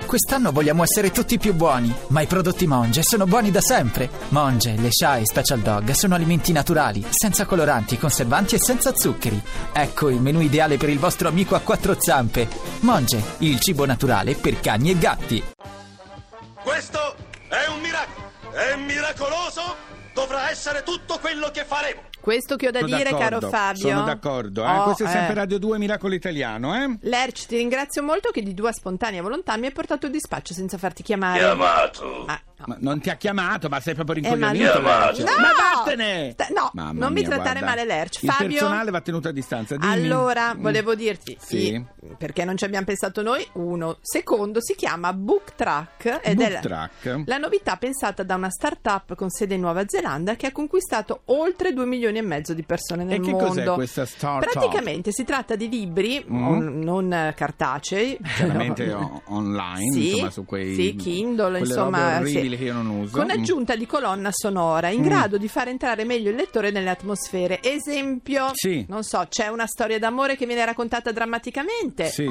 Quest'anno vogliamo essere tutti più buoni, ma i prodotti Monge sono buoni da sempre. Monge, le Sha e Special Dog sono alimenti naturali, senza coloranti, conservanti e senza zuccheri. Ecco il menù ideale per il vostro amico a quattro zampe. Monge, il cibo naturale per cani e gatti. Questo è un miracolo. È miracoloso. Dovrà essere tutto quello che faremo. Questo che ho da dire, caro Fabio. Sono d'accordo. Questo è sempre Radio 2 Miracolo Italiano, Lerch, ti ringrazio molto che di tua spontanea volontà mi hai portato il dispaccio senza farti chiamare. Chiamato. No. Ma non ti ha chiamato, ma sei proprio rincoglionito. No, ma vattene! No, Mamma non mi mia, trattare guarda. male, Lerch. Il Fabio, personale va tenuto a distanza. Dimmi. allora, volevo dirti, Sì. perché non ci abbiamo pensato noi, uno. Secondo, si chiama Book Track ed è la novità pensata da una start-up con sede in Nuova Zelanda che ha conquistato oltre 2 milioni e mezzo di persone nel mondo. E che cos'è questa start-up? Praticamente si tratta di libri non cartacei, chiaramente online, sì, insomma, su quei sì, Kindle, insomma, orribili che io non uso. con aggiunta di colonna sonora in grado di far entrare meglio il lettore nelle atmosfere. Esempio, Sì. non so, c'è una storia d'amore che viene raccontata drammaticamente Sì.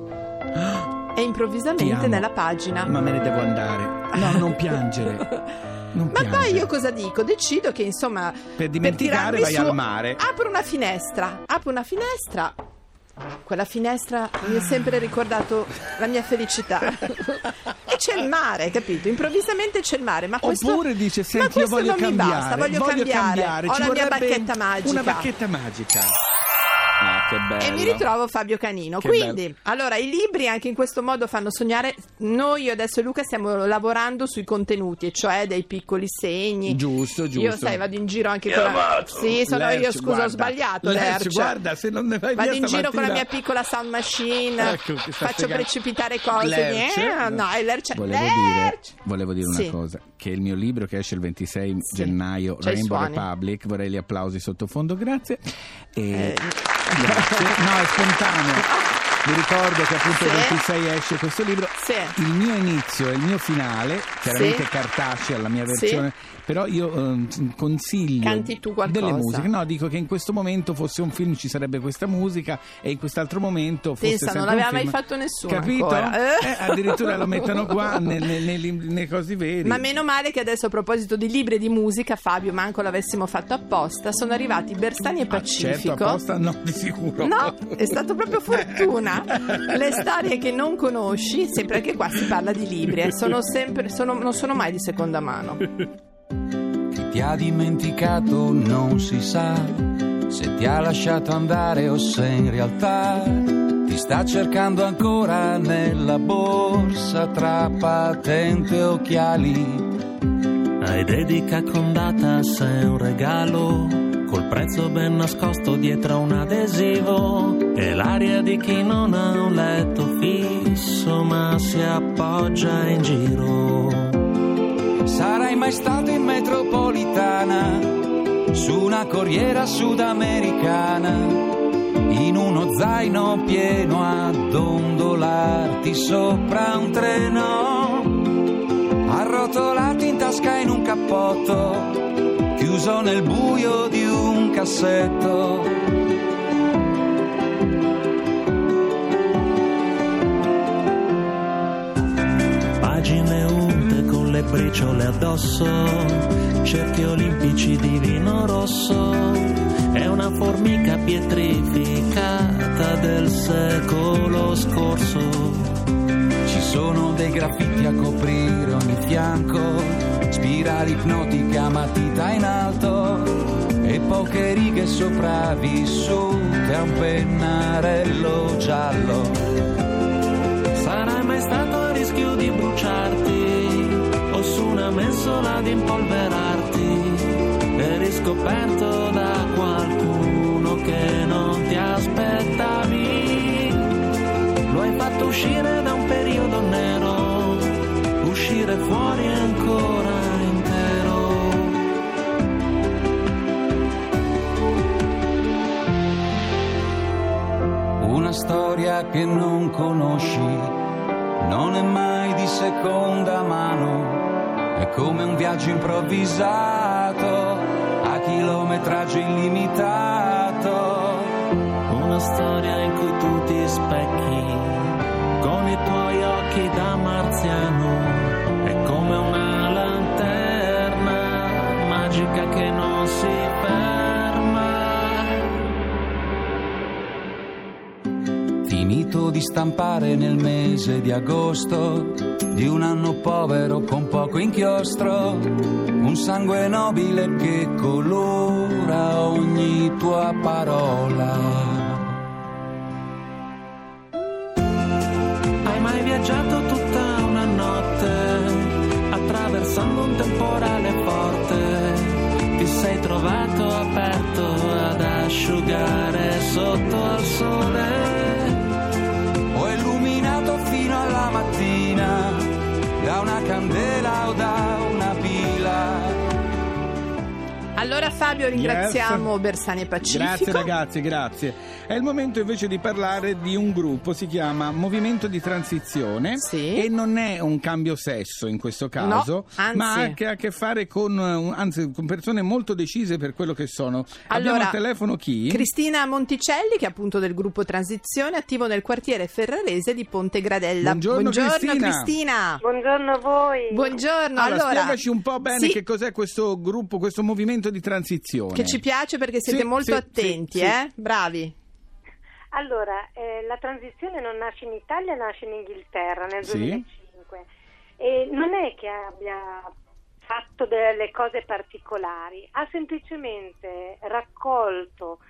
e Ti improvvisamente amo. nella pagina. Ma me ne devo andare. No, non piangere. Non Ma poi piangere. io cosa dico? Decido che insomma Per dimenticare tirarmi vai su, al mare. apro una finestra. Quella finestra mi ha sempre ricordato la mia felicità. E c'è il mare, capito? Improvvisamente c'è il mare, ma questo, Oppure dice, ma senti, io questo voglio non cambiare. mi basta, voglio cambiare. Ho Ci la mia vorrebbe bacchetta magica. Una bacchetta magica. Ah, che bello. E mi ritrovo Fabio Canino. Che Quindi, allora, i libri anche in questo modo fanno sognare. Noi, io adesso e Luca, stiamo lavorando sui contenuti, e cioè dei piccoli segni. Giusto. Io, sai, vado in giro anche Chiamato. con la... Sì, sono Lerch, io, scusa, guarda. ho sbagliato, Lerch, Lerch. guarda, se non ne vai Vado via in giro con la mia stamattina. piccola sound machine, Ecco, che sta faccio spiegando. precipitare cose. Lerch. No, è Lerch. Volevo dire Sì. una cosa, che il mio libro che esce il 26 gennaio, C'hai i Rainbow suoni. Republic, vorrei gli applausi sottofondo, grazie. Grazie. No, è spontaneo. Vi ricordo che appunto il 26 esce questo libro. Sì. Il mio inizio e il mio finale, chiaramente cartacea la mia versione, però io consiglio Canti tu qualcosa? delle musiche. No, dico che in questo momento fosse un film ci sarebbe questa musica e in quest'altro momento fosse Pensa, sempre non l'aveva un film. mai fatto nessuno Capito? ancora. Addirittura lo mettono qua nei cosi veri. Ma meno male che adesso, a proposito di libri e di musica, Fabio, manco l'avessimo fatto apposta, sono arrivati Bersani e Pacifico. Certo, apposta no, di sicuro. No, è stato proprio fortuna. Le storie che non conosci, sempre che qua si parla di libri, non sono mai di seconda mano. Chi ti ha dimenticato non si sa se ti ha lasciato andare o se in realtà ti sta cercando ancora nella borsa tra patente e occhiali. Hai dedica con data, sei un regalo col prezzo ben nascosto dietro un adesivo. È l'aria di chi non ha un letto fisso ma si appoggia in giro. Sarai mai stato in metropolitana, su una corriera sudamericana, in uno zaino pieno a dondolarti sopra un treno, arrotolati in tasca in un cappotto, chiuso nel buio di un cassetto. Pagine unte con le briciole addosso, cerchi olimpici di vino rosso, è una formica pietrificata del secolo scorso. Ci sono dei graffiti a coprire ogni fianco, spirali ipnotiche a matita in alto e poche righe sopravvissute a un pennarello giallo. Sarai mai stato a rischio di bruciarti o su una mensola di impolverarti e riscoperto da qualcuno che non ti aspettavi? Lo hai fatto uscire da un periodo nero, uscire fuori ancora intero. Una storia che non conosci, non è mai di seconda mano, è come un viaggio improvvisato a chilometraggio illimitato. Una storia in cui tu ti specchi con i tuoi occhi occhi da marziano, è come una lanterna magica che non si ferma. Finito di stampare nel mese di agosto di un anno povero con poco inchiostro, un sangue nobile che colora ogni tua parola. Hai mai viaggiato tutta una notte, attraversando un temporale forte? Ti sei trovato aperto ad asciugare sotto al sole? O illuminato fino alla mattina da una candela o da una pila? Allora Fabio, ringraziamo Yes. Bersani e Pacifico. Grazie ragazzi, grazie. È il momento invece di parlare di un gruppo, si chiama Movimento di Transizione, Sì. e non è un cambio sesso in questo caso, No, anzi. ma ha a che fare con persone molto decise per quello che sono. Abbiamo Allora, al telefono chi? Cristina Monticelli, che è appunto del gruppo Transizione, attivo nel quartiere ferrarese di Ponte Gradella. Buongiorno, Cristina. Buongiorno a voi. Buongiorno. Allora, spiegaci un po' bene sì, che cos'è questo gruppo, questo movimento di transizione. che ci piace perché siete Sì, molto sì, attenti, sì, sì. Bravi. Allora, la transizione non nasce in Italia, nasce in Inghilterra nel Sì. 2005 e non è che abbia fatto delle cose particolari, ha semplicemente raccolto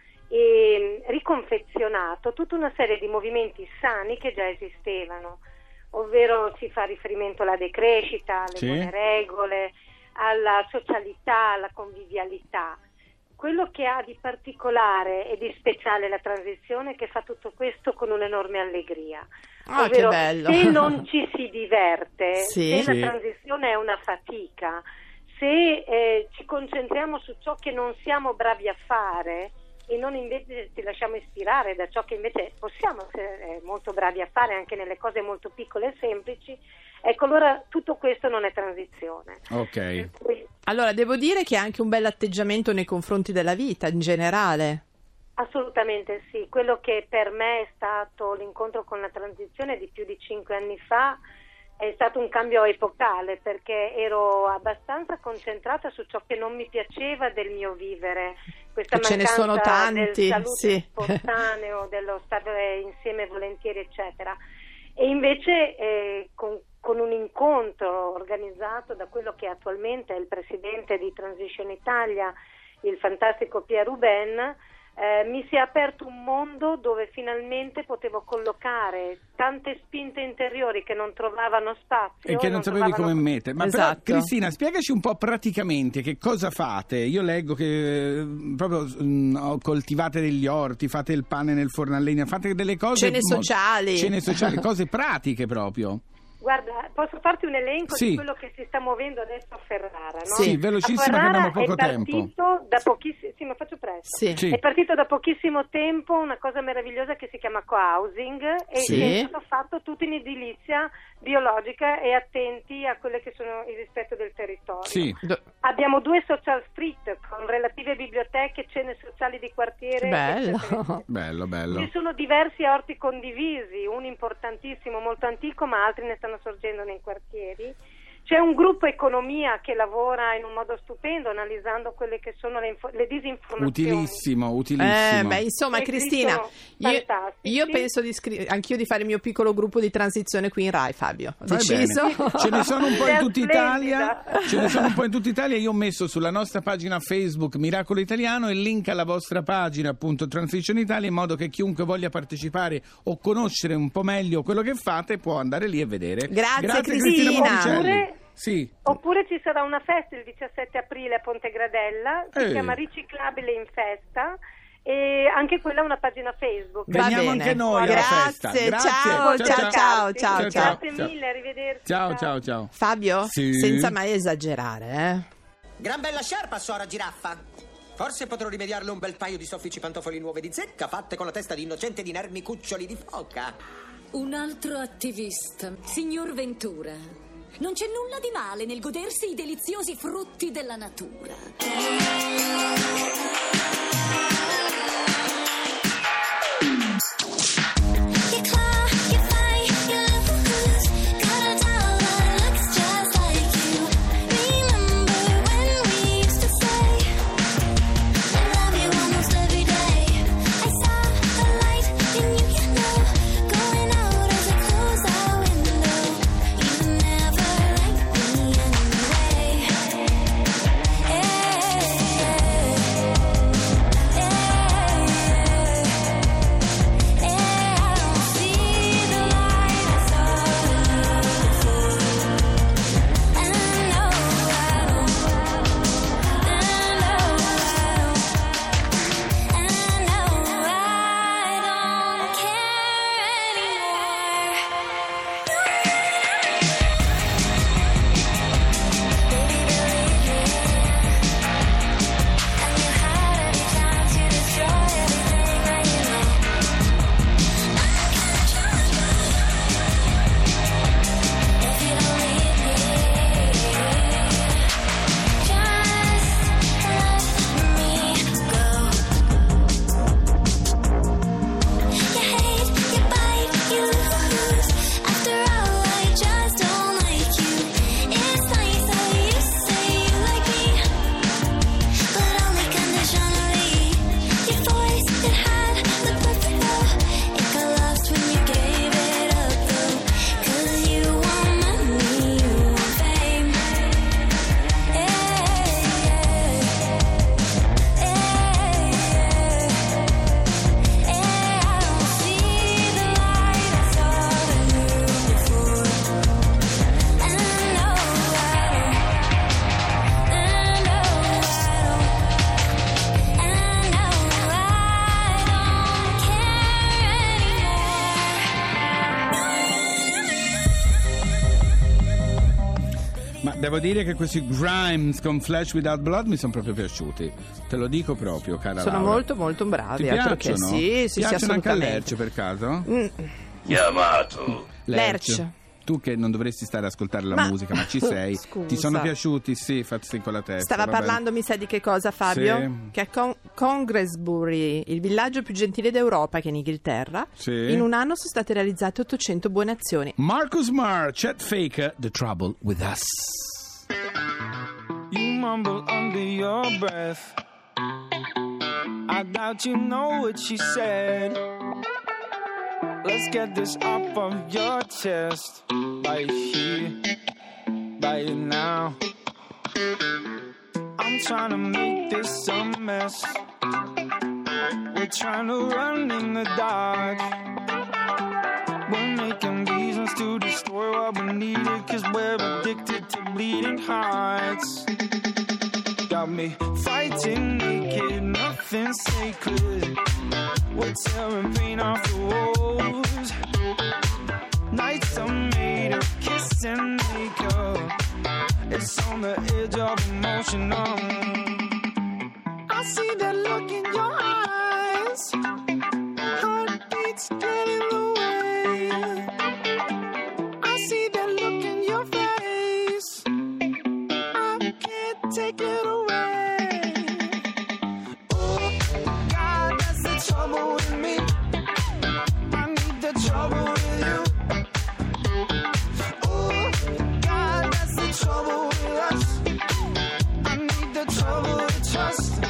e riconfezionato tutta una serie di movimenti sani che già esistevano, ovvero si fa riferimento alla decrescita, alle Sì. buone regole, alla socialità, alla convivialità. Quello che ha di particolare e di speciale la transizione è che fa tutto questo con un'enorme allegria. Ah, Ovvero, che bello. se non ci si diverte, Sì. se Sì. la transizione è una fatica, se ci concentriamo su ciò che non siamo bravi a fare e non invece ci lasciamo ispirare da ciò che invece possiamo essere molto bravi a fare anche nelle cose molto piccole e semplici, ecco, allora tutto questo non è transizione. Ok. Allora, devo dire che è anche un bel atteggiamento nei confronti della vita in generale. Assolutamente sì, quello che per me è stato l'incontro con la transizione di più di 5 anni fa è stato un cambio epocale, perché ero abbastanza concentrata su ciò che non mi piaceva del mio vivere, questa Ce ne mancanza sono tanti, del saluto sì. spontaneo, dello stare insieme volentieri eccetera, e invece con un incontro organizzato da quello che attualmente è il presidente di Transition Italia, il fantastico Pierre Ruben, mi si è aperto un mondo dove finalmente potevo collocare tante spinte interiori che non trovavano spazio E che non sapevi come mettere. Ma però, Esatto. Cristina, spiegaci un po' praticamente che cosa fate. Io leggo che proprio coltivate degli orti, fate il pane nel forno a legna, fate delle cose... Cene sociali. cose pratiche proprio. Guarda, posso farti un elenco Sì. di quello che si sta muovendo adesso a Ferrara, no? Sì, velocissimo, A che abbiamo Ferrara poco tempo. È partito da pochissimo, sì, ma faccio presto. Sì. Sì. È partito da pochissimo tempo una cosa meravigliosa che si chiama co-housing e Sì. che è stato fatto tutto in edilizia biologica e attenti a quelle che sono il rispetto del territorio. Sì. Abbiamo 2 social street con relative biblioteche, cene sociali di quartiere. Bello. eccetera. Bello, bello. Ci sono diversi orti condivisi, un importantissimo, molto antico, ma altri ne stanno sorgendo nei quartieri. C'è un gruppo economia che lavora in un modo stupendo, analizzando quelle che sono le disinformazioni. Utilissimo. Insomma, E Cristina, sono fantastici. io penso anch'io di fare il mio piccolo gruppo di transizione qui in Rai, Fabio. Ho Va deciso. bene. Ce ne sono un po' in Sei tutta splendida. Italia. Io ho messo sulla nostra pagina Facebook Miracolo Italiano il link alla vostra pagina, appunto Transition Italia, in modo che chiunque voglia partecipare o conoscere un po' meglio quello che fate può andare lì e vedere. Grazie, Cristina Cristina. Monticelli. Sì. Oppure ci sarà una festa il 17 aprile a Ponte Gradella, si chiama Riciclabile in Festa, e anche quella è una pagina Facebook. Va Veniamo bene. anche noi alla festa. Grazie, Grazie. ciao. Grazie mille, arrivederci. Ciao. Fabio, Sì. senza mai esagerare, Gran bella sciarpa, suora giraffa. Forse potrò rimediarle un bel paio di soffici pantofoli nuove di zecca, fatte con la testa di innocente di inermi cuccioli di foca. Un altro attivista, signor Ventura. Non c'è nulla di male nel godersi i deliziosi frutti della natura. Ma devo dire che questi Grimes con Flesh Without Blood mi sono proprio piaciuti. Te lo dico proprio, cara Sono Laura. molto molto bravi. Ti altro piacciono? Che sì, piacciono anche a assolutamente. Lerch per caso? Chiamato. Lerch. Tu che non dovresti stare a ascoltare la Ma- musica, ma ci sei. Scusa. Ti sono piaciuti? Sì, fatti con la testa. Stava va bene. parlando, mi sa di che cosa, Fabio? Sì. Che a Congressbury, il villaggio più gentile d'Europa, che è in Inghilterra, Sì. in un anno sono state realizzate 800 buone azioni. Marcus Marr, Chet Faker, The Trouble With Us. You mumble under your breath. I doubt you know what she said. Let's get this off of your chest. Right here, right now. I'm trying to make this a mess. We're trying to run in the dark. We're making reasons to destroy what we needed, 'cause we're addicted to bleeding hearts. Got me fighting naked, nothing sacred. We're tearing paint off the walls. Nights are made of kiss and makeup. It's on the edge of emotion. I see that look in your eyes. Heartbeats get in the way. I see that look in your face. I can't take it away. Oh God, that's the trouble with me. I need the trouble with you. Oh God, that's the trouble with us. I need the trouble to trust.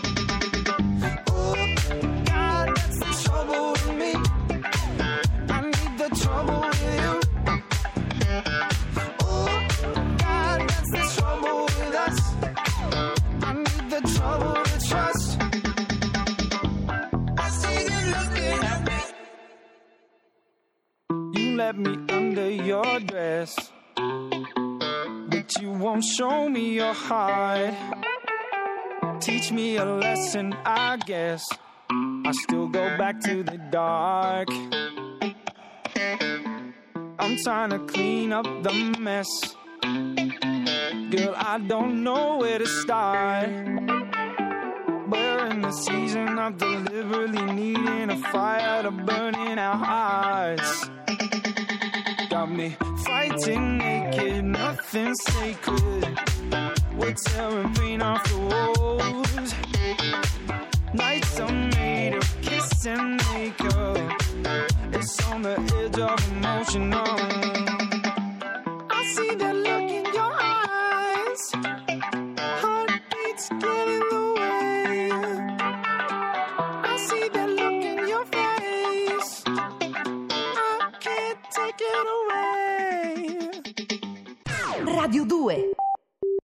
Oh God, that's the trouble with me. I need the trouble with you. Oh God, that's the trouble with us. I need the trouble to trust. I see you looking at me. You let me under your dress, but you won't show me your heart. Teach me a lesson, I guess. I still go back to the dark. I'm trying to clean up the mess. Girl, I don't know where to start. We're in the season of deliberately needing a fire to burn in our hearts. Got me fighting naked, nothing sacred. We're tearing paint off the walls. Nights are made of kiss and makeup. It's on the edge of emotion. I see that look in your eyes. Heartbeats get in the way. I see that look in your face. I can't take it away. Radio 2